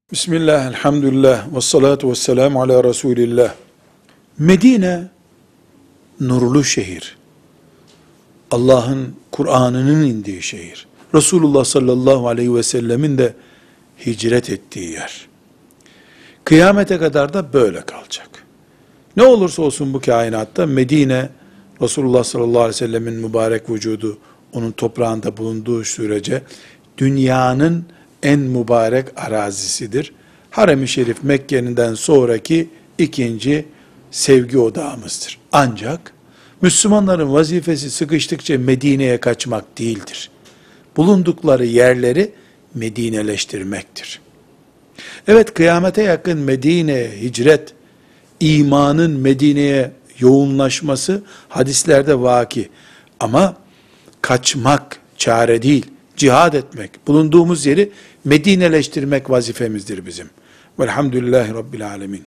Bismillah, elhamdülillah, ve salatu ve selamu ala Resulillah. Medine, nurlu şehir. Allah'ın Kur'an'ının indiği şehir. Resulullah sallallahu aleyhi ve sellemin de hicret ettiği yer. Kıyamete kadar da böyle kalacak. Ne olursa olsun bu kainatta Medine, Resulullah sallallahu aleyhi ve sellemin mübarek vücudu, onun toprağında bulunduğu sürece, dünyanın en mübarek arazisidir. Harem-i Şerif Mekke'den sonraki ikinci sevgi odağımızdır. Ancak Müslümanların vazifesi sıkıştıkça Medine'ye kaçmak değildir. Bulundukları yerleri Medineleştirmektir. Evet, kıyamete yakın Medine'ye hicret, imanın Medine'ye yoğunlaşması hadislerde vaki. Ama kaçmak çare değil, cihad etmek, bulunduğumuz yeri Medineleştirmek vazifemizdir bizim. Velhamdülillahi Rabbil Alemin.